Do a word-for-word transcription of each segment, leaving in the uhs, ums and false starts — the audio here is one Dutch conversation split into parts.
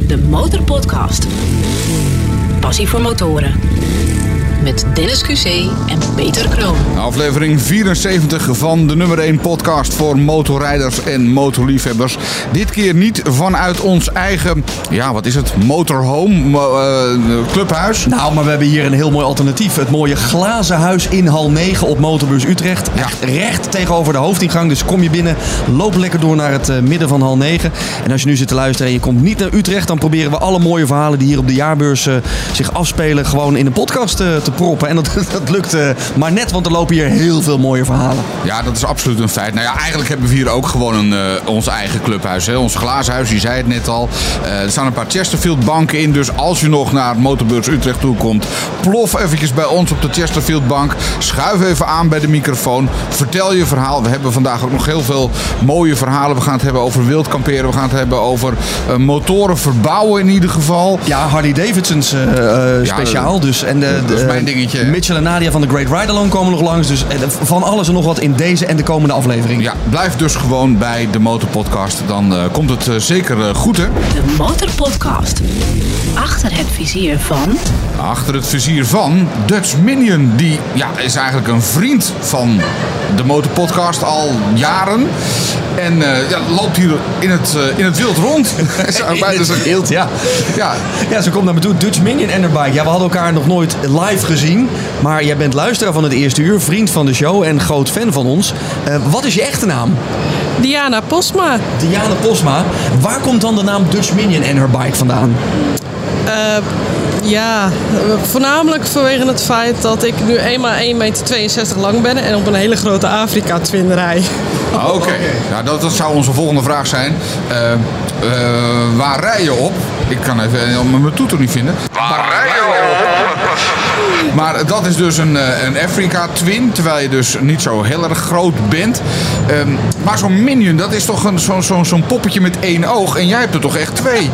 de Motorpodcast. Passie voor motoren. Met Dennis Q C en Peter Kroon. Aflevering vierenzeventig van de nummer één podcast voor motorrijders en motorliefhebbers. Dit keer niet vanuit ons eigen, ja wat is het, motorhome, uh, clubhuis. Nou, maar we hebben hier een heel mooi alternatief. Het mooie glazen huis in hal negen op Motorbeurs Utrecht. Ja. Echt recht tegenover de hoofdingang. Dus kom je binnen, loop lekker door naar het uh, midden van hal negen. En als je nu zit te luisteren en je komt niet naar Utrecht, dan proberen we alle mooie verhalen die hier op de jaarbeurs uh, zich afspelen gewoon in de podcast uh, te proppen. En dat, dat lukt uh, maar net, want er lopen hier heel veel mooie verhalen. Ja, dat is absoluut een feit. Nou ja, eigenlijk hebben we hier ook gewoon een, uh, ons eigen clubhuis. Hè? Ons glazen huis, je zei het net al. Uh, er staan een paar Chesterfield banken in. Dus als je nog naar Motorbeurs Utrecht toe komt, plof eventjes bij ons op de Chesterfield bank. Schuif even aan bij de microfoon. Vertel je verhaal. We hebben vandaag ook nog heel veel mooie verhalen. We gaan het hebben over wild kamperen. We gaan het hebben over uh, motoren verbouwen in ieder geval. Ja, Harley Davidson's uh, uh, speciaal. Ja, dus, en de, dat is de, mijn dingetje. Mitchell en Nadia van de Great Ride Along komen nog langs. Dus van alles en nog wat in deze en de komende aflevering. Ja, blijf dus gewoon bij de Motorpodcast. Dan uh, komt het uh, zeker uh, goed, hè? De Motorpodcast. Achter het vizier van... Achter het vizier van Dutch Minion. Die ja, is eigenlijk een vriend van de Motorpodcast al jaren. En uh, ja, loopt hier in het, uh, in het wild rond. Zou ik bijna zeggen. Wild, ja. Ja. Ja, ze komt naar me toe. Dutch Minion en haar bike. Ja, we hadden elkaar nog nooit live gezien. Maar jij bent luisteraar van het eerste uur, vriend van de show en groot fan van ons. Uh, wat is je echte naam? Diana Posma. Diana Posma. Waar komt dan de naam Dutch Minion en haar bike vandaan? Uh, ja, voornamelijk vanwege het feit dat ik nu eenmaal één komma tweeënzestig meter lang ben en op een hele grote Afrika Twin rij. Oké, okay. Ja, dat, dat zou onze volgende vraag zijn. Uh, uh, waar rij je op? Ik kan even mijn toeter niet vinden. Waar rij je op? Maar dat is dus een, een Afrika Twin, terwijl je dus niet zo heel erg groot bent. Um, maar zo'n Minion, dat is toch een, zo, zo, zo'n poppetje met één oog en jij hebt er toch echt twee?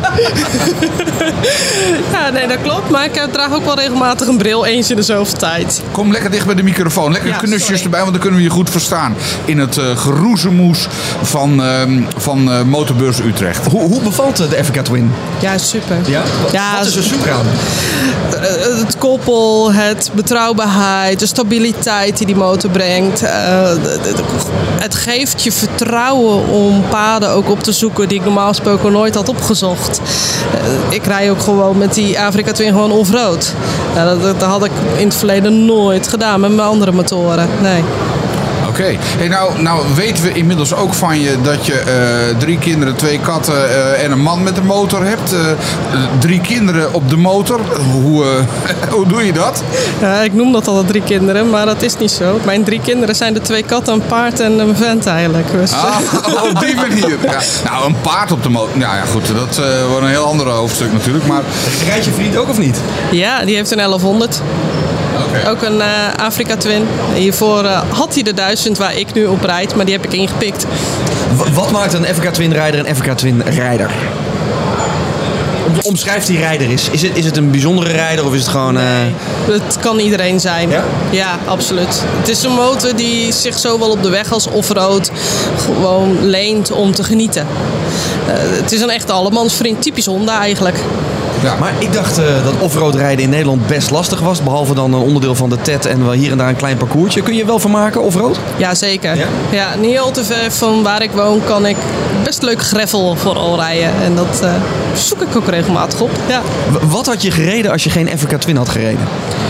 Ja, nee, dat klopt. Maar ik draag ook wel regelmatig een bril, eens in de zoveel tijd. Kom lekker dicht bij de microfoon. Lekker ja, knusjes sorry. erbij, want dan kunnen we je goed verstaan. In het uh, geroezemoes van, uh, van uh, Motorbeurs Utrecht. Hoe, hoe bevalt de Afrika Twin? Ja, super. Ja? Ja, Wat is er super aan? Het koppel, het betrouwbaarheid, de stabiliteit die die motor brengt. Uh, het geeft je vertrouwen om paden ook op te zoeken die ik normaal gesproken nooit had opgezocht. Uh, ik rij ook gewoon met die Afrika Twin gewoon off-road. Uh, dat, dat had ik in het verleden nooit gedaan met mijn andere motoren. Nee. Oké. Okay. Hey, nou, nou weten we inmiddels ook van je dat je uh, drie kinderen, twee katten uh, en een man met een motor hebt. Uh, drie kinderen op de motor. Hoe, uh, hoe doe je dat? Ja, ik noem dat al drie kinderen, maar dat is niet zo. Mijn drie kinderen zijn de twee katten, een paard en een vent eigenlijk. Dus. Ah, op die manier. Ja. Nou, een paard op de motor. Nou ja, goed. Dat uh, wordt een heel ander hoofdstuk natuurlijk. Maar... Rijdt je vriend ook of niet? Ja, die heeft een elfhonderd. Okay. Ook een uh, Afrika Twin. Hiervoor uh, had hij de duizend waar ik nu op rijd, maar die heb ik ingepikt. W- wat maakt een Afrika Twin rijder een Afrika Twin rijder? Omschrijf die rijder is. Is het, is het een bijzondere rijder of is het gewoon... Uh... Nee, het kan iedereen zijn. Ja? Ja, absoluut. Het is een motor die zich zowel op de weg als offroad gewoon leent om te genieten. Uh, het is een echte allemansvriend, typisch Honda eigenlijk. Ja. Maar ik dacht uh, dat offroad rijden in Nederland best lastig was. Behalve dan een onderdeel van de T E D en wel hier en daar een klein parcoursje. Kun je wel vermaken offroad? Ja, zeker. Ja? Ja, niet al te ver van waar ik woon kan ik best leuk gravel vooral rijden. En dat uh, zoek ik ook regelmatig op. Ja. W- wat had je gereden als je geen Afrika Twin had gereden?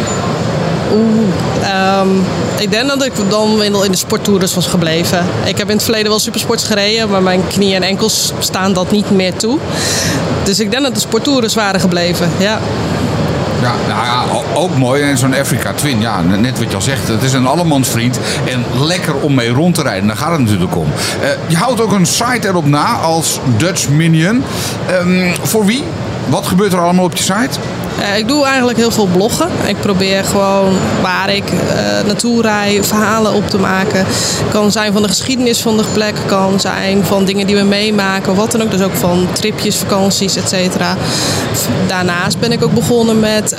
Oeh, um, ik denk dat ik dan wel in de sporttours was gebleven. Ik heb in het verleden wel supersports gereden, maar mijn knieën en enkels staan dat niet meer toe. Dus ik denk dat de sporttours waren gebleven, ja. Ja, nou ja, ook mooi. En zo'n Afrika Twin, ja, net wat je al zegt, het is een allemansvriend. En lekker om mee rond te rijden, daar gaat het natuurlijk om. Uh, je houdt ook een site erop na als Dutch Minion. Um, voor wie? Wat gebeurt er allemaal op je site? Uh, ik doe eigenlijk heel veel bloggen. Ik probeer gewoon waar ik uh, naartoe rij, verhalen op te maken. Het kan zijn van de geschiedenis van de plek, kan zijn van dingen die we meemaken, wat dan ook. Dus ook van tripjes, vakanties, et cetera. Daarnaast ben ik ook begonnen met uh,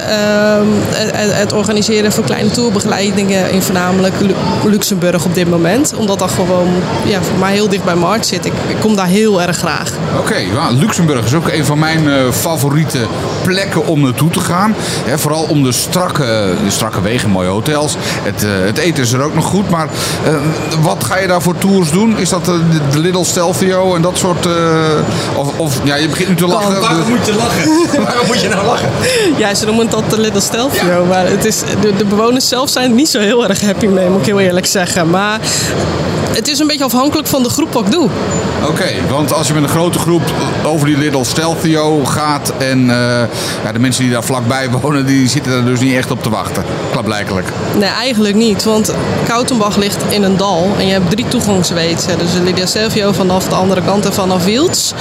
het, het organiseren van kleine tourbegeleidingen in voornamelijk Luxemburg op dit moment. Omdat dat gewoon ja, voor mij heel dicht bij mijn hart zit. Ik, ik kom daar heel erg graag. Oké, okay, well, Luxemburg is ook een van mijn uh, favoriete plekken om naartoe te gaan. He, vooral om de strakke, de strakke wegen, mooie hotels. Het, uh, het eten is er ook nog goed. Maar uh, wat ga je daar voor tours doen? Is dat uh, de Little Stelvio en dat soort... Uh, of, of ja, je begint nu te lachen. Waarom dus... moet je lachen? Waarom moet je nou lachen? Ja, ze noemen dat de Little Stelvio. Ja. Maar het is, de, de bewoners zelf zijn er niet zo heel erg happy mee, moet ik heel eerlijk zeggen. Maar het is een beetje afhankelijk van de groep wat ik doe. Oké, okay, want als je met een grote groep over die Little Stelvio gaat en uh, ja, de mensen die daar vlakbij wonen, die zitten er dus niet echt op te wachten. Klaarblijkelijk. Nee, eigenlijk niet, want Koutenbach ligt in een dal en je hebt drie toegangswegen. Dus de Little Stelvio vanaf de andere kant en vanaf Wiels.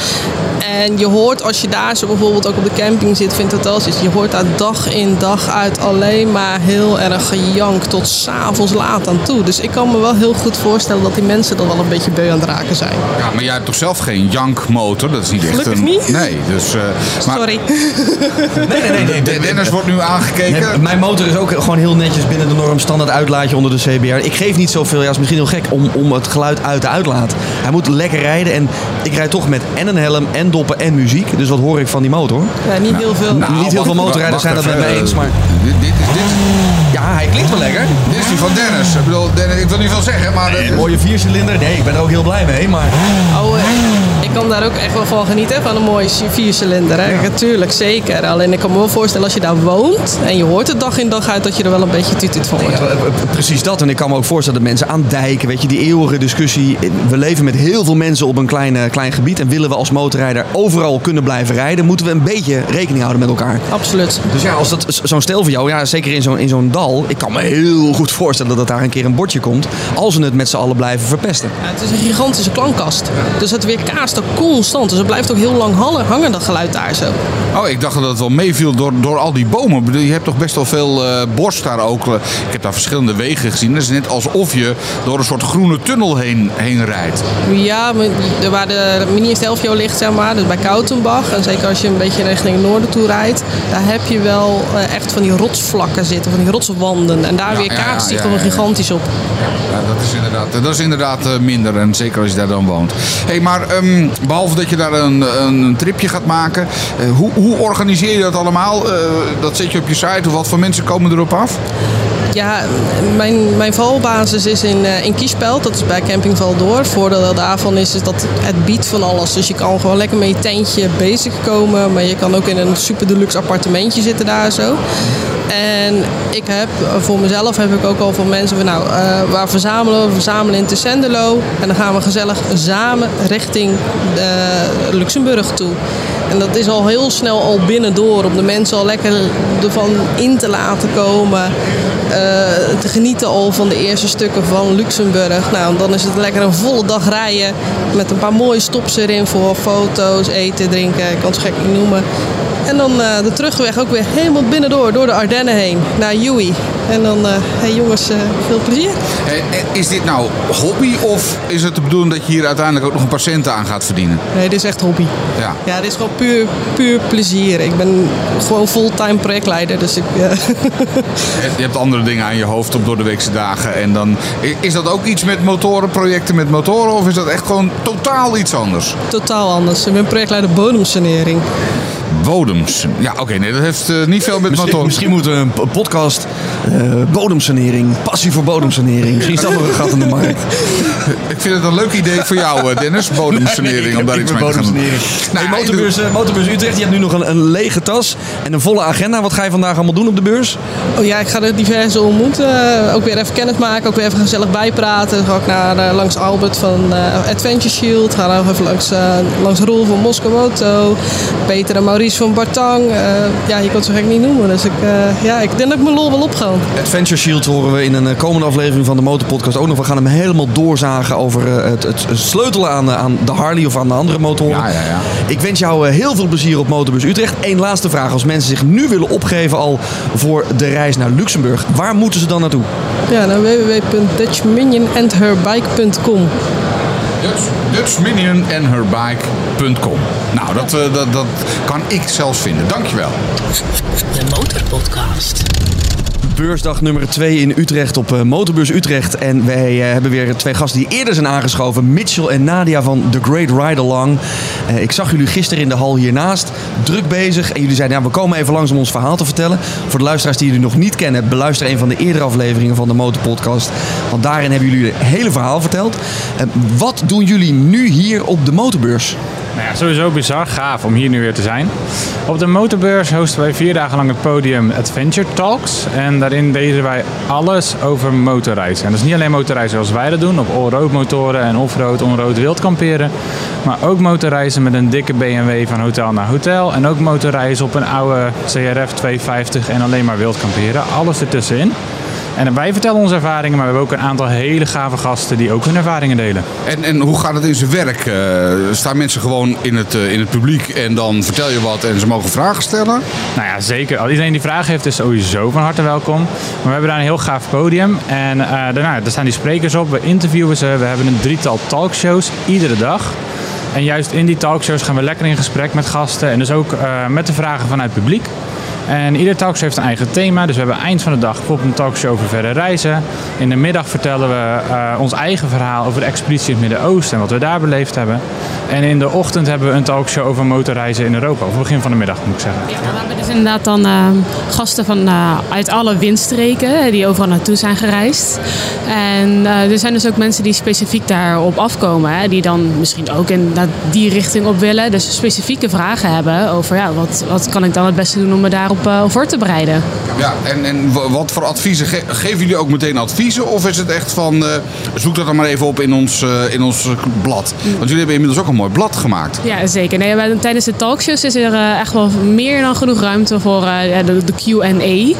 En je hoort als je daar zo bijvoorbeeld ook op de camping zit, vindt het wel zit, je hoort daar dag in dag uit alleen maar heel erg gejank tot 's avonds laat aan toe. Dus ik kan me wel heel goed voorstellen dat die mensen er wel een beetje beu aan het raken zijn. Ja, maar jij hebt toch zelf geen jankmotor? Dat is niet echt Gelukkig een... niet. Nee, dus... Uh, maar... Sorry. Nee, nee, nee. nee. Dennis wordt nu aangekeken. Nee, mijn motor is ook gewoon heel netjes binnen de norm standaard uitlaatje onder de C B R. Ik geef niet zoveel, ja, is misschien heel gek, om, om het geluid uit de uitlaat. Hij moet lekker rijden en ik rijd toch met en een helm en doppen en muziek. Dus wat hoor ik van die motor? Ja, niet heel veel. Nou, niet heel veel motorrijders zijn dat met mij eens, maar... Dit, dit is dit. Ja, hij klinkt wel lekker. Dit is die van Dennis. Ik bedoel, Dennis, ik wil niet veel zeggen, maar... Een mooie viercilinder. Nee, ik ben er ook heel blij mee, maar... Oh, ik kan daar ook echt wel van genieten, van een mooie viercilinder. Hè? Ja. Natuurlijk, zeker. Alleen ik kan me wel voorstellen als je daar woont en je hoort het dag in dag uit dat je er wel een beetje tuut van wordt. Ja, precies dat. En ik kan me ook voorstellen dat mensen aan dijken, weet je, die eeuwige discussie. We leven met heel veel mensen op een klein, klein gebied en willen we als motorrijder overal kunnen blijven rijden, moeten we een beetje rekening houden met elkaar. Absoluut. Dus ja, als dat zo'n stel voor jou, ja, zeker in zo'n, in zo'n dal, ik kan me heel goed voorstellen dat daar een keer een bordje komt als we het met z'n allen blijven verpesten. Ja, het is een gigantische klankkast. Ja. Dus het weerkaast ook constant. Dus het blijft ook heel lang hangen, dat geluid daar zo. Oh, ik dacht dat het wel meeviel door, door al die bomen. Je hebt toch best wel veel uh, bos daar ook. Ik heb daar verschillende wegen gezien. Het is net alsof je door een soort groene tunnel heen, heen rijdt. Ja, waar de mini Stelvio ligt, zeg maar, dus bij Koutenbach. En zeker als je een beetje richting het noorden toe rijdt, daar heb je wel uh, echt van die rotsvlakken zitten, van die rotswanden. En daar ja, weer kaatst hij ja, ja, gewoon ja, ja. gigantisch op. Ja, dat is inderdaad, dat is inderdaad uh, minder. En zeker als je daar dan woont. Hey, maar um, behalve dat je daar een, een tripje gaat maken, uh, hoe, hoe organiseer je dat allemaal? Uh, dat zet je op je site of wat voor mensen komen erop af? Ja, mijn, mijn valbasis is in, uh, in Kiespeld, dat is bij Camping Valdoor. Het voordeel daarvan is, is dat het biedt van alles. Dus je kan gewoon lekker met je tentje bezig komen, maar je kan ook in een super deluxe appartementje zitten daar zo. En ik heb voor mezelf heb ik ook al voor mensen van nou, uh, waar verzamelen we? verzamelen in Tessenderlo. En dan gaan we gezellig samen richting uh, Luxemburg toe. En dat is al heel snel al binnendoor om de mensen al lekker ervan in te laten komen. Uh, te genieten al van de eerste stukken van Luxemburg. Nou, dan is het lekker een volle dag rijden met een paar mooie stops erin voor foto's, eten, drinken. Ik kan het gek niet noemen. En dan uh, de terugweg ook weer helemaal binnendoor, door de Ardennen heen, naar Joey. En dan, uh, hey jongens, uh, veel plezier. Hey, is dit nou hobby of is het de bedoeling dat je hier uiteindelijk ook nog een paar centen aan gaat verdienen? Nee, dit is echt hobby. Ja, ja dit is gewoon puur, puur plezier. Ik ben gewoon fulltime projectleider, dus ik... Uh... Je hebt andere dingen aan je hoofd op door de weekse dagen. En dan, is dat ook iets met motoren, projecten met motoren of is dat echt gewoon totaal iets anders? Totaal anders. Ik ben projectleider bodemsanering. Bodems. Ja, oké, okay, nee, dat heeft uh, niet veel met misschien, motor. Misschien moeten we een podcast uh, bodemsanering, passie voor bodemsanering. Misschien is dat nog een gat in de markt. Ik vind het een leuk idee voor jou, Dennis, bodemsanering, nee, nee, om daar iets mee te gaan doen. Nou, hey, motorbeurs, uh, motorbeurs Utrecht, je hebt nu nog een, een lege tas en een volle agenda. Wat ga je vandaag allemaal doen op de beurs? Oh ja, ik ga er diverse ontmoeten. Uh, ook weer even kennis maken, ook weer even gezellig bijpraten. Dan ga ik naar, uh, langs Albert van uh, Adventure Shield. Ga dan even langs, uh, langs Roel van Moscow Moto. Peter en Maurice Maurice van Bartang. Uh, ja, je kan het zo gek niet noemen. Dus ik, uh, ja, ik denk dat ik mijn lol wel opgaan. Adventure Shield horen we in een komende aflevering van de Motorpodcast ook nog. We gaan hem helemaal doorzagen over uh, het, het sleutelen aan, uh, aan de Harley of aan de andere motoren. Ja, ja, ja. Ik wens jou uh, heel veel plezier op Motorbeurs Utrecht. Eén laatste vraag. Als mensen zich nu willen opgeven al voor de reis naar Luxemburg, waar moeten ze dan naartoe? Ja, naar w w w punt dutch minion and her bike punt com. dutch minion and her bike punt com. Nou, dat, uh, dat, dat kan ik zelfs vinden. Dankjewel. De Motorpodcast. Beursdag nummer twee in Utrecht op uh, Motorbeurs Utrecht. En wij uh, hebben weer twee gasten die eerder zijn aangeschoven. Mitchell en Nadia van The Great Ride Along. Uh, ik zag jullie gisteren in de hal hiernaast. Druk bezig. En jullie zeiden, ja, we komen even langs om ons verhaal te vertellen. Voor de luisteraars die jullie nog niet kennen, beluister een van de eerdere afleveringen van de Motorpodcast. Want daarin hebben jullie het hele verhaal verteld. Uh, wat doen jullie nu hier op de Motorbeurs? Nou ja, sowieso bizar gaaf om hier nu weer te zijn. Op de Motorbeurs hosten wij vier dagen lang het podium Adventure Talks. En daarin delen wij alles over motorreizen. En dat is niet alleen motorreizen zoals wij dat doen, op all-road motoren en off-road, on-road wild kamperen. Maar ook motorreizen met een dikke B M W van hotel naar hotel. En ook motorreizen op een oude C R F tweehonderdvijftig en alleen maar wild kamperen. Alles ertussenin. En wij vertellen onze ervaringen, maar we hebben ook een aantal hele gave gasten die ook hun ervaringen delen. En, en hoe gaat het in zijn werk? Uh, staan mensen gewoon in het, uh, in het publiek en dan vertel je wat en ze mogen vragen stellen? Nou ja, zeker. Al iedereen die vragen heeft is sowieso van harte welkom. Maar we hebben daar een heel gaaf podium. En uh, daarna, daar staan die sprekers op, we interviewen ze. We hebben een drietal talkshows iedere dag. En juist in die talkshows gaan we lekker in gesprek met gasten. En dus ook uh, met de vragen vanuit het publiek. En ieder talkshow heeft een eigen thema. Dus we hebben eind van de dag bijvoorbeeld een talkshow over verre reizen. In de middag vertellen we uh, ons eigen verhaal over de expeditie in het Midden-Oosten en wat we daar beleefd hebben. En in de ochtend hebben we een talkshow over motorreizen in Europa. Of het begin van de middag, moet ik zeggen. Ja, we hebben dus inderdaad dan uh, gasten van, uh, uit alle windstreken die overal naartoe zijn gereisd. En uh, er zijn dus ook mensen die specifiek daarop afkomen. Hè, die dan misschien ook in dat, die richting op willen. Dus specifieke vragen hebben over ja, wat, wat kan ik dan het beste doen om me daarop uh, voor te bereiden. Ja, en, en wat voor adviezen ge- geven jullie ook meteen adviezen? Of is het echt van, uh, zoek dat dan maar even op in ons, uh, in ons blad? Want jullie hebben inmiddels ook een mooi blad gemaakt. Ja, zeker. Nee, wij, tijdens de talkshows is er uh, echt wel meer dan genoeg ruimte voor uh, de, de Q en A. Uh,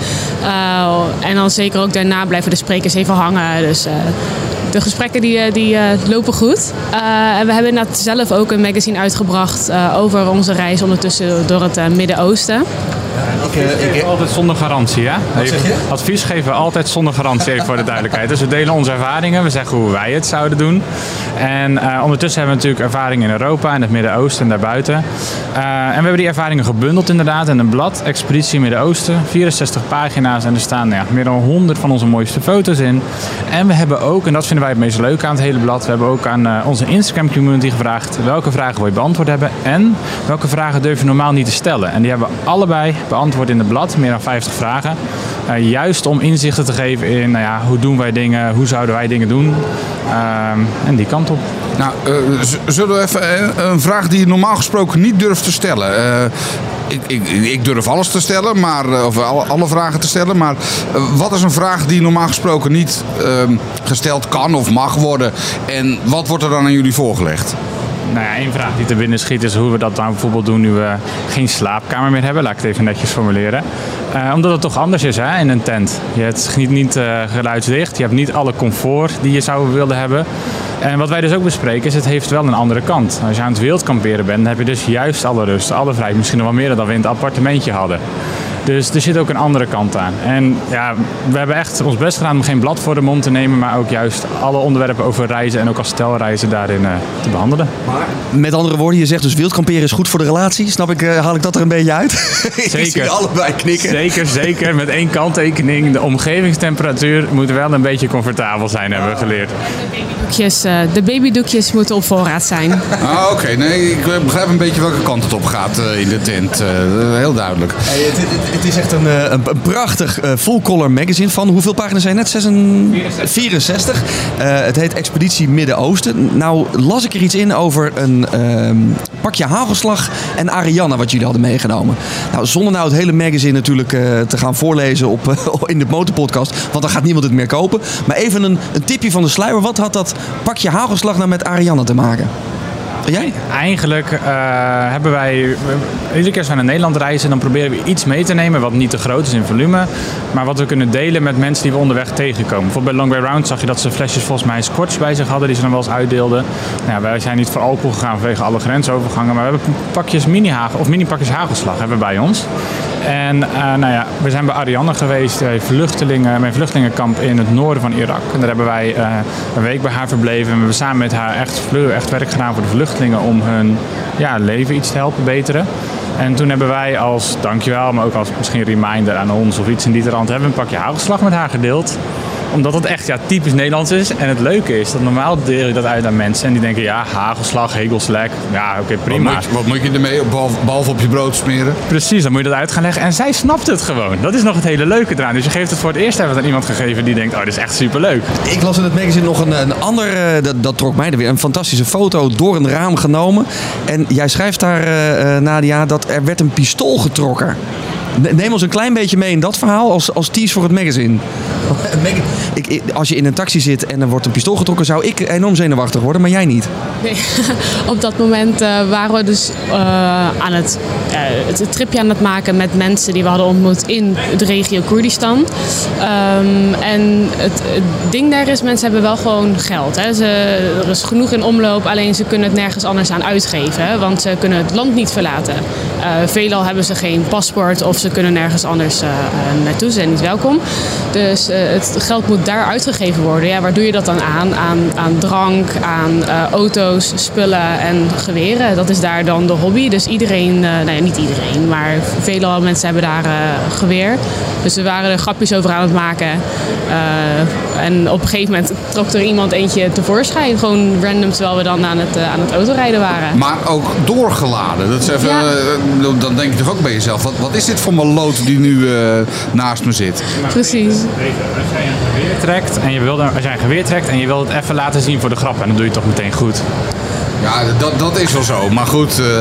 en dan zeker ook daarna blijven de sprekers even hangen. Dus uh, de gesprekken die, die uh, lopen goed. Uh, en we hebben inderdaad zelf ook een magazine uitgebracht uh, over onze reis ondertussen door het uh, Midden-Oosten. Advies geven we altijd zonder garantie, hè? Wat zeg je? Advies geven we altijd zonder garantie, even voor de duidelijkheid. Dus we delen onze ervaringen, we zeggen hoe wij het zouden doen. En uh, ondertussen hebben we natuurlijk ervaringen in Europa en het Midden-Oosten en daarbuiten. Uh, en we hebben die ervaringen gebundeld inderdaad in een blad, Expeditie Midden-Oosten. vierenzestig pagina's en er staan nou ja, meer dan honderd van onze mooiste foto's in. En we hebben ook, en dat vinden wij het meest leuk aan het hele blad, we hebben ook aan uh, onze Instagram community gevraagd welke vragen wil je beantwoord hebben en welke vragen durf je normaal niet te stellen. En die hebben we allebei beantwoord in het blad, meer dan vijftig vragen. Uh, juist om inzichten te geven in nou ja, hoe doen wij dingen, hoe zouden wij dingen doen. Uh, en die kant op. Nou, uh, z- zullen we even uh, een vraag die je normaal gesproken niet durft te stellen. Uh, ik, ik, ik durf alles te stellen, maar, uh, of alle, alle vragen te stellen. Maar uh, wat is een vraag die normaal gesproken niet uh, gesteld kan of mag worden? En wat wordt er dan aan jullie voorgelegd? Nou ja, één vraag die te binnen schiet is hoe we dat nou bijvoorbeeld doen nu we geen slaapkamer meer hebben. Laat ik het even netjes formuleren. Uh, omdat het toch anders is hè, in een tent. Je hebt niet, niet uh, geluidsdicht, je hebt niet alle comfort die je zou willen hebben. En wat wij dus ook bespreken is, het heeft wel een andere kant. Als je aan het wild kamperen bent, dan heb je dus juist alle rust, alle vrijheid. Misschien nog wel meer dan we in het appartementje hadden. Dus er zit ook een andere kant aan. En ja, we hebben echt ons best gedaan om geen blad voor de mond te nemen, maar ook juist alle onderwerpen over reizen en ook als stelreizen daarin uh, te behandelen. Maar met andere woorden, je zegt dus wildkamperen is goed voor de relatie. Snap ik, uh, haal ik dat er een beetje uit? Zeker. Ik zie allebei knikken. Zeker, zeker. Met één kanttekening. De omgevingstemperatuur moet wel een beetje comfortabel zijn, hebben we geleerd. Doekjes, uh, de babydoekjes moeten op voorraad zijn. Ah, oké. Okay. Nee, ik begrijp een beetje welke kant het op gaat uh, in de tent. Uh, heel duidelijk. Hey, het, het, het is echt een, een, een prachtig uh, full-color magazine van, hoeveel pagina's zijn het? vierenzestig. vierenzestig. Uh, het heet Expeditie Midden-Oosten. Nou las ik er iets in over een uh, pakje hagelslag en Arianna wat jullie hadden meegenomen. Nou, zonder nou het hele magazine natuurlijk uh, te gaan voorlezen op, uh, in de Motorpodcast, want dan gaat niemand het meer kopen. Maar even een, een tipje van de sluier. Wat had dat pakje hagelslag nou met Arianna te maken? En jij? Eigenlijk uh, hebben wij... Iedere keer als we naar Nederland reizen, dan proberen we iets mee te nemen wat niet te groot is in volume. Maar wat we kunnen delen met mensen die we onderweg tegenkomen. Bijvoorbeeld bij Long Way Round zag je dat ze flesjes volgens mij Scotch bij zich hadden. Die ze dan wel eens uitdeelden. Nou, wij zijn niet voor alcohol gegaan vanwege alle grensovergangen. Maar we hebben pakjes mini-hagel, of mini-pakjes hagelslag hebben we bij ons. En uh, nou ja, we zijn bij Ariane geweest, bij vluchtelingen, bij een vluchtelingenkamp in het noorden van Irak. En daar hebben wij uh, een week bij haar verbleven. En we hebben samen met haar echt, echt werk gedaan voor de vluchtelingen om hun ja, leven iets te helpen beteren. En toen hebben wij als dankjewel, maar ook als misschien reminder aan ons of iets in die trant, hebben we een pakje hagelslag met haar gedeeld. Omdat het echt ja, typisch Nederlands is. En het leuke is dat normaal deel je dat uit aan mensen. En die denken, ja, hagelslag, hegelslek. Ja, oké, okay, prima. Wat moet, wat moet je ermee, behalve, behalve op je brood smeren? Precies, dan moet je dat uit gaan leggen. En zij snapt het gewoon. Dat is nog het hele leuke eraan. Dus je geeft het voor het eerst even aan iemand gegeven die denkt, oh, dit is echt superleuk. Ik las in het magazine nog een, een ander, uh, dat, dat trok mij er weer. Een fantastische foto door een raam genomen. En jij schrijft daar, uh, Nadia, dat er werd een pistool getrokken. Neem ons een klein beetje mee in dat verhaal als, als tease voor het magazine. Ik, ik, als je in een taxi zit en er wordt een pistool getrokken, zou ik enorm zenuwachtig worden, maar jij niet. Nee, op dat moment uh, waren we dus uh, aan het, uh, het tripje aan het maken met mensen die we hadden ontmoet in de regio Koerdistan. Um, en het, het ding daar is, mensen hebben wel gewoon geld. Hè. Ze, er is genoeg in omloop, alleen ze kunnen het nergens anders aan uitgeven. Hè, want ze kunnen het land niet verlaten. Uh, veelal hebben ze geen paspoort of ze kunnen nergens anders uh, naartoe, ze zijn niet welkom. Dus uh, het geld moet daar uitgegeven worden. Ja, waar doe je dat dan aan? Aan, aan drank, aan uh, auto's, spullen en geweren. Dat is daar dan de hobby. Dus iedereen, uh, nou ja, niet iedereen, maar veelal mensen hebben daar uh, geweer. Dus we waren er grapjes over aan het maken. Uh, en op een gegeven moment trok er iemand eentje tevoorschijn. Gewoon random, terwijl we dan aan het, uh, aan het autorijden waren. Maar ook doorgeladen. Dat is even, Ja. uh, dan denk je toch ook bij jezelf, wat, wat is dit voor mijn lood die nu uh, naast me zit? Precies. Als jij een geweer trekt en je wil, als jij een geweer trekt en je wil het even laten zien voor de grap, en dan doe je het toch meteen goed. Ja, dat, dat is wel zo. Maar goed, uh,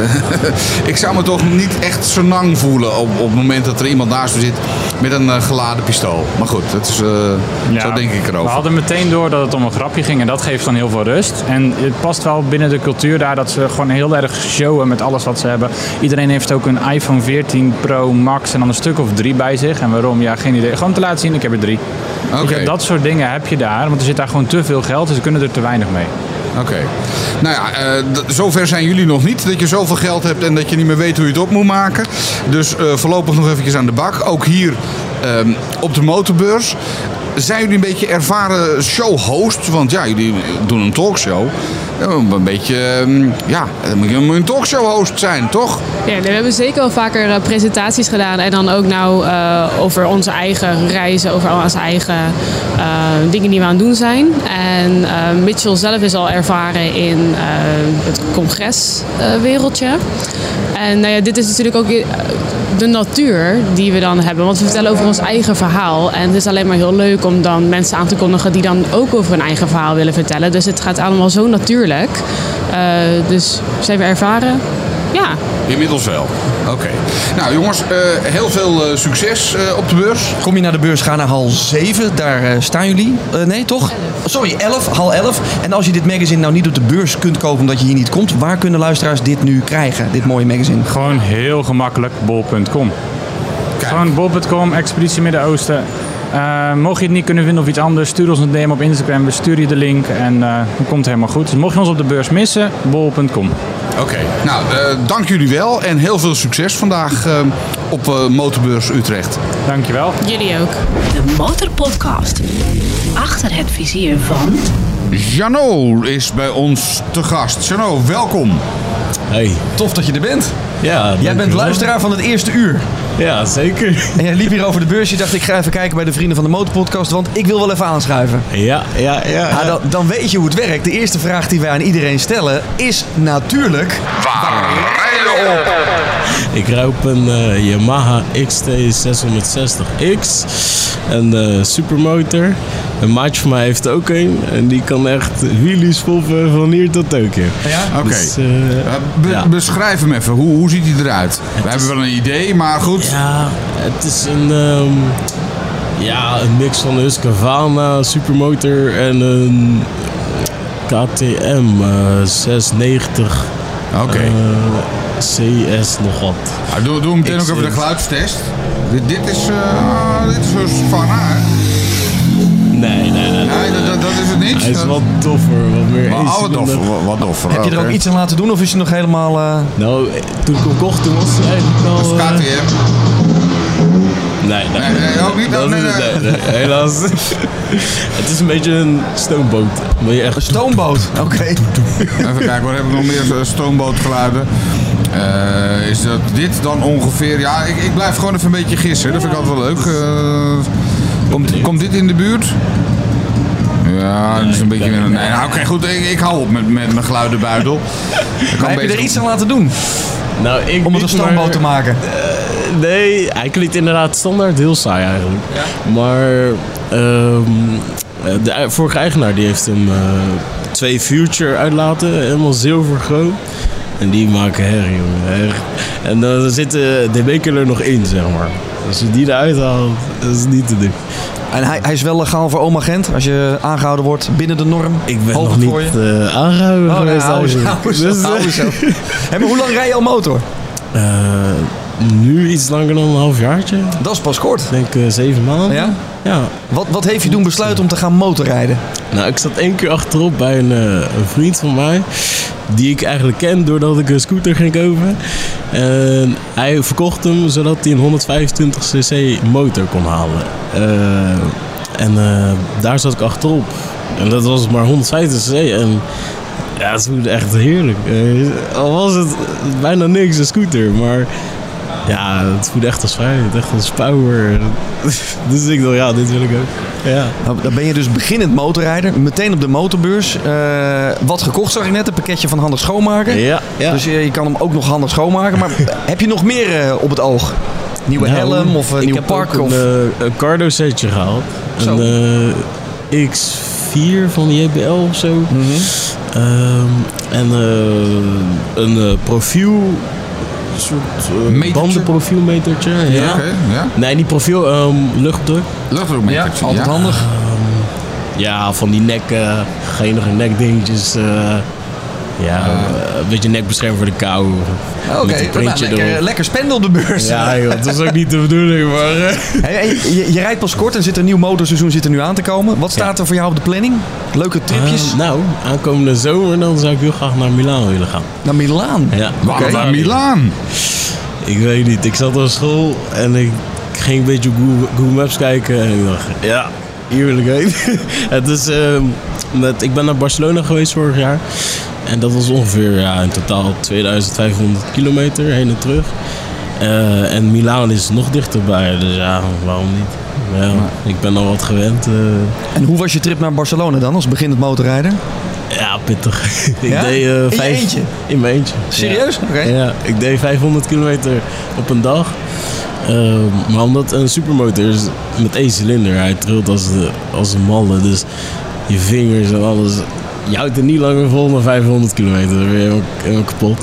ik zou me toch niet echt senang voelen op, op het moment dat er iemand naast me zit met een uh, geladen pistool. Maar goed, dat is, uh, Ja, zo denk ik erover. We hadden meteen door dat het om een grapje ging en dat geeft dan heel veel rust. En het past wel binnen de cultuur daar dat ze gewoon heel erg showen met alles wat ze hebben. Iedereen heeft ook een iPhone veertien Pro Max en dan een stuk of drie bij zich. En waarom? Ja, geen idee. Gewoon te laten zien, ik heb er drie. Oké. Weet je, dat soort dingen heb je daar, want er zit daar gewoon te veel geld, dus ze kunnen er te weinig mee. Oké. Okay. Nou ja, uh, d- zover zijn jullie nog niet. Dat je zoveel geld hebt en dat je niet meer weet hoe je het op moet maken. Dus uh, voorlopig nog eventjes aan de bak. Ook hier um, op de motorbeurs. Zijn jullie een beetje ervaren showhost? Want ja, jullie doen een talkshow. Een beetje, um, ja, dan moet je een talkshow-host zijn, toch? Ja, we hebben zeker wel vaker uh, presentaties gedaan. En dan ook nou uh, over onze eigen reizen, over onze eigen uh, dingen die we aan het doen zijn. En uh, Mitchell zelf is al ervaren in uh, het congreswereldje. Uh, en nou ja, dit is natuurlijk ook de natuur die we dan hebben. Want we vertellen over ons eigen verhaal. En het is alleen maar heel leuk om dan mensen aan te kondigen die dan ook over hun eigen verhaal willen vertellen. Dus het gaat allemaal zo natuurlijk. Uh, dus zijn we ervaren? Ja. Inmiddels wel. Oké. Okay. Nou jongens, uh, heel veel uh, succes uh, op de beurs. Kom je naar de beurs, ga naar hal zeven. Daar uh, staan jullie. Uh, nee, toch? Sorry, elf. Hal elf. En als je dit magazine nou niet op de beurs kunt kopen omdat je hier niet komt, waar kunnen luisteraars dit nu krijgen? Dit mooie magazine. Gewoon heel gemakkelijk, bol punt com. Gewoon bol punt com, Expeditie Midden-Oosten. Uh, mocht je het niet kunnen vinden of iets anders, stuur ons een D M op Instagram, we sturen je de link en uh, dan komt het helemaal goed. Dus mocht je ons op de beurs missen, bol punt com. Oké, okay. nou uh, dank jullie wel en heel veel succes vandaag uh, op uh, Motorbeurs Utrecht. Dankjewel. Jullie ook. De Motorpodcast. Achter het vizier van... Jano is bij ons te gast. Jano, welkom. Hey. Tof dat je er bent. Ja, jij bent luisteraar van het eerste uur. Ja, zeker. En jij liep hier over de beurs. Je dacht, ik ga even kijken bij de Vrienden van de Motorpodcast, want ik wil wel even aanschuiven. Ja, ja, ja. ja. Ah, dan, dan weet je hoe het werkt. De eerste vraag die wij aan iedereen stellen is natuurlijk... Waar rij je op? Ik rij op een uh, Yamaha X T zeshonderdzestig X. Een uh, supermotor. Een maatje van mij heeft er ook een. En die kan echt wheelies poppen van hier tot Tokio. Ja? Oké. Okay. Dus, uh, Be- ja. Beschrijf hem even. Hoe, hoe ziet hij eruit? Het We is... hebben wel een idee, maar goed. Ja, het is een... Um, ja, een mix van een Husqvarna supermotor en een... K T M uh, zesennegentig. Oké. Okay. Uh, C S nog wat. Nou, doe, doe meteen ook even de geluidstest. Dit, dit is uh, dit is dus van hè? Nee, nee, nee. Nee, dat, dat, dat is het niet. Hij is wat doffer, wat meer. Maar, oh, wat doffer, wat doffer. Heb je er ook iets aan laten doen of is hij nog helemaal... Uh... Nou, toen ik hem kocht, toen was hij eigenlijk al... Uh... K T M. Nee, nee, nee, nee, ook niet. Dat nee, is nee. Het, nee, nee, helaas. Het is een beetje een stoomboot. Maar je echt... Een stoomboot? Oké. Okay. Even kijken, waar heb ik nog meer stoombootgeluiden? Uh, is dat dit dan ongeveer... Ja, ik, ik blijf gewoon even een beetje gissen. Dat vind ik altijd wel leuk. Uh, komt, komt dit in de buurt? Ja, dat is een beetje... Nee, nou, oké, okay, goed. Ik, ik hou op met, met mijn geluidenbuidel. Maar heb je er iets aan laten doen? Nou, ik om het een stoomboot maar, te maken? Uh, nee, hij klinkt inderdaad standaard heel saai eigenlijk. Ja. Maar um, de vorige eigenaar die heeft hem uh, twee Future uitlaten, helemaal zilvergroot. En die maken herrie, jongen. En dan zit de D B-killer er nog in, zeg maar. Als je die eruit haalt, dat is niet te doen. En hij, hij is wel legaal voor Oom Agent als je aangehouden wordt binnen de norm? Ik ben nog niet uh, aangehouden oh, geweest. Nou, dus, hey, maar hoe lang rij je al motor? Uh, nu iets langer dan een half jaartje. Dat is pas kort. Ik denk uh, zeven maanden. Ja? Ja. Wat, wat heeft je doen besluiten om te gaan motorrijden? Nou, ik zat één keer achterop bij een, uh, een vriend van mij. Die ik eigenlijk ken doordat ik een scooter ging kopen. En hij verkocht hem zodat hij een honderdvijfentwintig cc motor kon halen. Uh, en uh, daar zat ik achterop. En dat was maar honderdvijftig cc. En ja, het voelde echt heerlijk. Uh, al was het bijna niks, een scooter. Maar ja, het voelde echt als vrijheid. Echt als power. Dus ik dacht, ja, dit wil ik ook. Ja. Nou, dan ben je dus beginnend motorrijder. Meteen op de motorbeurs. Uh, wat gekocht zag ik net. Een pakketje van handig schoonmaken. Ja, ja. Dus je, je kan hem ook nog handig schoonmaken. Maar heb je nog meer uh, op het oog? Nieuwe nou, helm of een nieuw pak? Ik heb of... een, uh, een cardo setje gehaald. Zo. Een uh, X vier van de J B L of zo. Mm-hmm. Um, en uh, een uh, profiel... Een soort uh, bandenprofielmetertje. Ja. Ja, okay, ja. Nee, niet profiel, um, luchtdruk. Luchtdrukmetertje, ja. Altijd ja. handig. Um, ja, van die nek, uh, genige nekdingetjes. Uh, ja, uh, een beetje nekbescherming voor de kou. Oké, okay. nou, lekker, lekker spenden op de beurs. Ja, joh, dat is ook niet de bedoeling, maar... Uh. Hey, je, je rijdt pas kort en zit een nieuw motorseizoen zit er nu aan te komen. Wat staat ja. er voor jou op de planning? Leuke tripjes? Uh, nou, aankomende zomer dan zou ik heel graag naar Milaan willen gaan. Naar Milaan? Ja. Waarom okay. naar Milaan? Ik weet niet. Ik zat op school en ik ging een beetje op Google, Google Maps kijken en ik dacht, ja, hier wil ik heen. Het is, uh, met, ik ben naar Barcelona geweest vorig jaar. En dat was ongeveer ja, in totaal tweeduizend vijfhonderd kilometer heen en terug. Uh, en Milaan is nog dichterbij, dus ja, waarom niet? Ja, ik ben al wat gewend. Uh. En hoe was je trip naar Barcelona dan als beginnend motorrijder? Ja, pittig. ik ja? deed, uh, in vijf... je eentje? In mijn eentje. Serieus? Ja. Okay. Ja, ik deed vijfhonderd kilometer op een dag. Uh, maar omdat een supermotor is met één cilinder, hij trilt als, de, als een malle. Dus je vingers en alles... Je houdt er niet langer vol dan vijfhonderd kilometer. Dan ben je helemaal, helemaal kapot.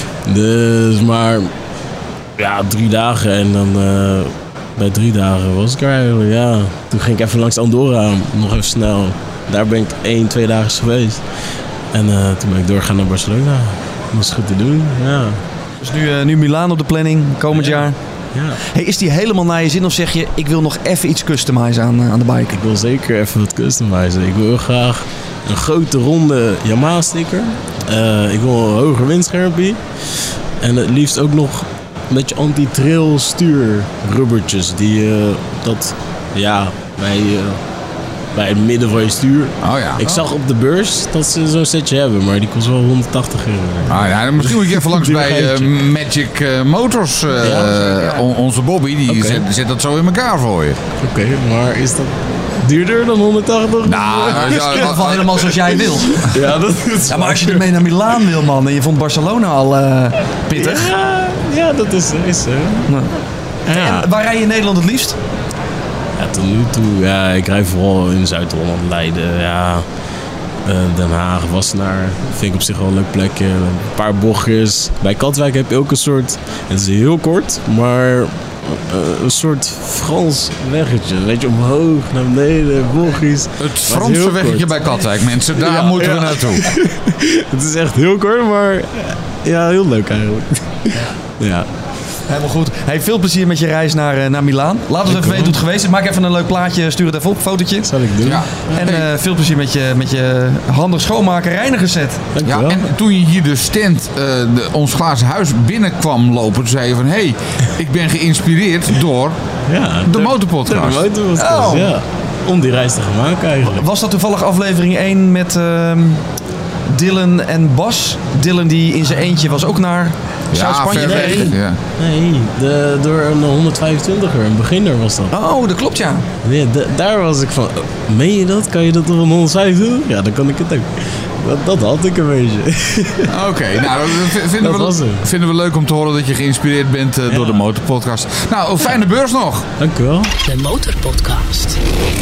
Dus maar... Ja, drie dagen en dan... Uh, bij drie dagen was ik er eigenlijk, ja. Toen ging ik even langs Andorra, nog even snel. Daar ben ik één, twee dagen geweest. En uh, toen ben ik doorgegaan naar Barcelona. Dat was goed te doen, ja. Dus nu, uh, nu Milaan op de planning, komend ja. jaar. Ja. Hey, is die helemaal naar je zin of zeg je, ik wil nog even iets customizen aan, uh, aan de bike? Ik wil zeker even wat customizen. Ik wil graag een grote ronde Yamaha sticker. Uh, ik wil een hoger windschermpje. En het liefst ook nog een beetje anti-trail stuurrubbertjes. Die uh, dat, ja, bij... Uh, bij het midden van je stuur. Oh ja. Ik zag op de beurs dat ze zo'n setje hebben, maar die kost wel honderdtachtig euro. Ah ja, misschien moet je even langs bij uh, Magic uh, Motors. Uh, ja, ja. On, onze Bobby, die okay. zet, zet dat zo in elkaar voor je. Oké, okay, maar is dat duurder dan honderdtachtig? Nou, dat is in ieder geval helemaal zoals jij wil. Ja, dat is ja, maar als je ermee naar Milaan wil, man, en je vond Barcelona al uh, pittig. Ja, ja, dat is zo. Nou. Ja. En waar rij je in Nederland het liefst? Ja, tot nu toe, ja, ik rijd vooral in Zuid-Holland, Leiden, ja, uh, Den Haag, Wassenaar. Vind ik op zich wel een leuk plekje. Een paar bochtjes. Bij Katwijk heb je ook een soort, het is heel kort, maar uh, een soort Frans weggetje. Weet je, omhoog, naar beneden, bochtjes. Het Franse weggetje bij Katwijk, mensen. Daar ja, moeten ja. we naartoe. Het is echt heel kort, maar ja, heel leuk eigenlijk. Ja. ja. Helemaal goed. Hey, veel plezier met je reis naar, uh, naar Milaan. Laat ons even weten hoe het geweest is. Maak even een leuk plaatje, stuur het even op, fotootje. Dat zal ik doen. Ja. En uh, veel plezier met je, met je handig schoonmaken, reinigen set. Ja, en toen je hier de stand, uh, de, ons glazen huis binnenkwam lopen, toen zei je van, hé, hey, ik ben geïnspireerd door ja, de Motorpodcast. De Motorpodcast, oh. ja. Om die reis te gaan maken eigenlijk. Was dat toevallig aflevering één met uh, Dylan en Bas? Dylan die in zijn eentje was ook naar... Ja, ver weg. Nee, ja. nee de, door een honderdvijfentwintiger, een beginner was dat. Oh, dat klopt, ja. Nee, de, daar was ik van, oh, meen je dat? Kan je dat op een honderdvijfentwintig? Ja, dan kan ik het ook. Dat, dat had ik een beetje. Oké, okay, nou, vinden we, vinden we leuk om te horen dat je geïnspireerd bent uh, ja. door de Motorpodcast. Nou, fijne beurs nog. Dank u wel. De Motorpodcast.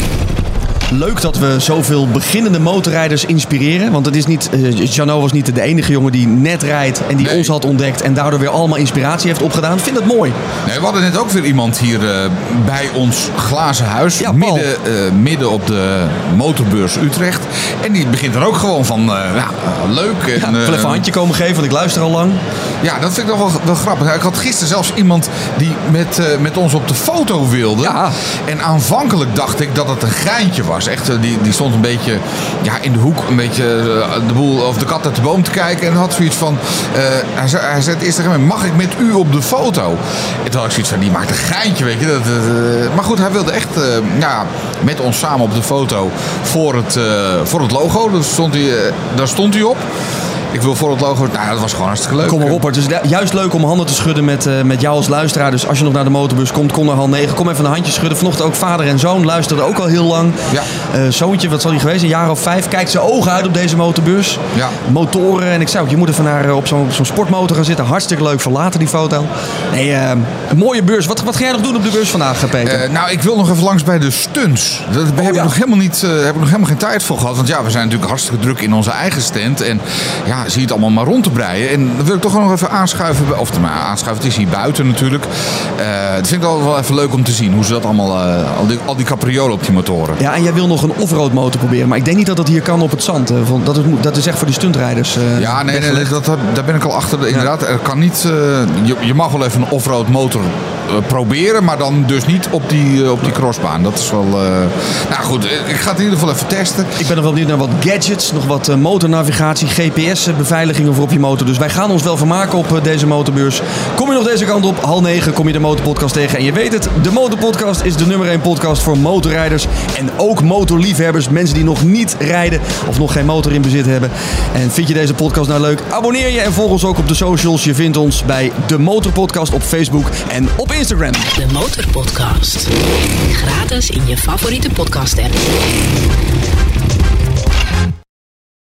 Leuk dat we zoveel beginnende motorrijders inspireren. Want het is niet, uh, Jano was niet de enige jongen die net rijdt en die nee. ons had ontdekt en daardoor weer allemaal inspiratie heeft opgedaan. Ik vind dat mooi. Nee, we hadden net ook weer iemand hier uh, bij ons glazen huis. Ja, midden, uh, midden op de motorbeurs Utrecht. En die begint er ook gewoon van, uh, ja, leuk. En, ja, ik wil even een handje komen geven, want ik luister al lang. Ja, dat vind ik nog wel, wel grappig. Ik had gisteren zelfs iemand die met, uh, met ons op de foto wilde. Ja. En aanvankelijk dacht ik dat het een geintje was. Echt, die, die stond een beetje ja, in de hoek, een beetje uh, de boel of de kat uit de boom te kijken. En had zoiets van, uh, hij, zei, hij zei het eerst tegen mij, mag ik met u op de foto? En toen had ik zoiets van, die maakt een geintje, weet je. Dat, uh, maar goed, hij wilde echt uh, ja, met ons samen op de foto voor het, uh, voor het logo. Daar stond, hij, uh, daar stond hij op. Ik wil voor het logo... Nou, dat was gewoon hartstikke leuk. Kom maar op. Het is juist leuk om handen te schudden met, uh, met jou als luisteraar. Dus als je nog naar de motorbus komt, kom naar hal negen. Kom even een handje schudden. Vanochtend ook vader en zoon luisterden ook al heel lang. Ja. Uh, zoontje, wat zal hij geweest? Een jaar of vijf. Kijkt zijn ogen uit op deze motorbus. Ja. Motoren. En ik zei ook, je moet even naar, uh, op zo'n zo'n sportmotor gaan zitten. Hartstikke leuk. Verlaten die foto. Nee, uh, een mooie beurs. Wat, wat ga jij nog doen op de beurs vandaag, Peter? Uh, nou, ik wil nog even langs bij de stunts. Daar oh, heb, ja. ik nog helemaal niet, uh, heb ik nog helemaal geen tijd voor gehad. Want ja, we zijn natuurlijk hartstikke druk in onze eigen stand. En ja, zie je het allemaal maar rond te breien. En dan wil ik toch nog even aanschuiven. Of nou, aanschuiven, het is hier buiten natuurlijk. Uh, dat vind ik wel, wel even leuk om te zien. Hoe ze dat allemaal, uh, al, die, al die capriolen op die motoren. Ja, en jij wil nog een offroad motor proberen. Maar ik denk niet dat dat hier kan op het zand. Uh, dat, is, dat is echt voor de stuntrijders. Uh, ja, nee, nee dat, daar ben ik al achter. Inderdaad, er kan niet... Uh, je, je mag wel even een offroad motor uh, proberen. Maar dan dus niet op die, uh, op die crossbaan. Dat is wel... Uh, nou goed, ik ga het in ieder geval even testen. Ik ben nog wel benieuwd naar wat gadgets. Nog wat uh, motornavigatie, G P S-beveiligingen voor op je motor. Dus wij gaan ons wel vermaken op uh, deze motorbeurs. Kom je nog deze kant op, half negen kom je de Motorpodcast tegen. En je weet het, de Motorpodcast is de nummer één podcast voor motorrijders. En ook motorliefhebbers. Mensen die nog niet rijden of nog geen motor in bezit hebben. En vind je deze podcast nou leuk? Abonneer je en volg ons ook op de socials. Je vindt ons bij de Motorpodcast op Facebook en op Instagram. De Motorpodcast. Gratis in je favoriete podcast app.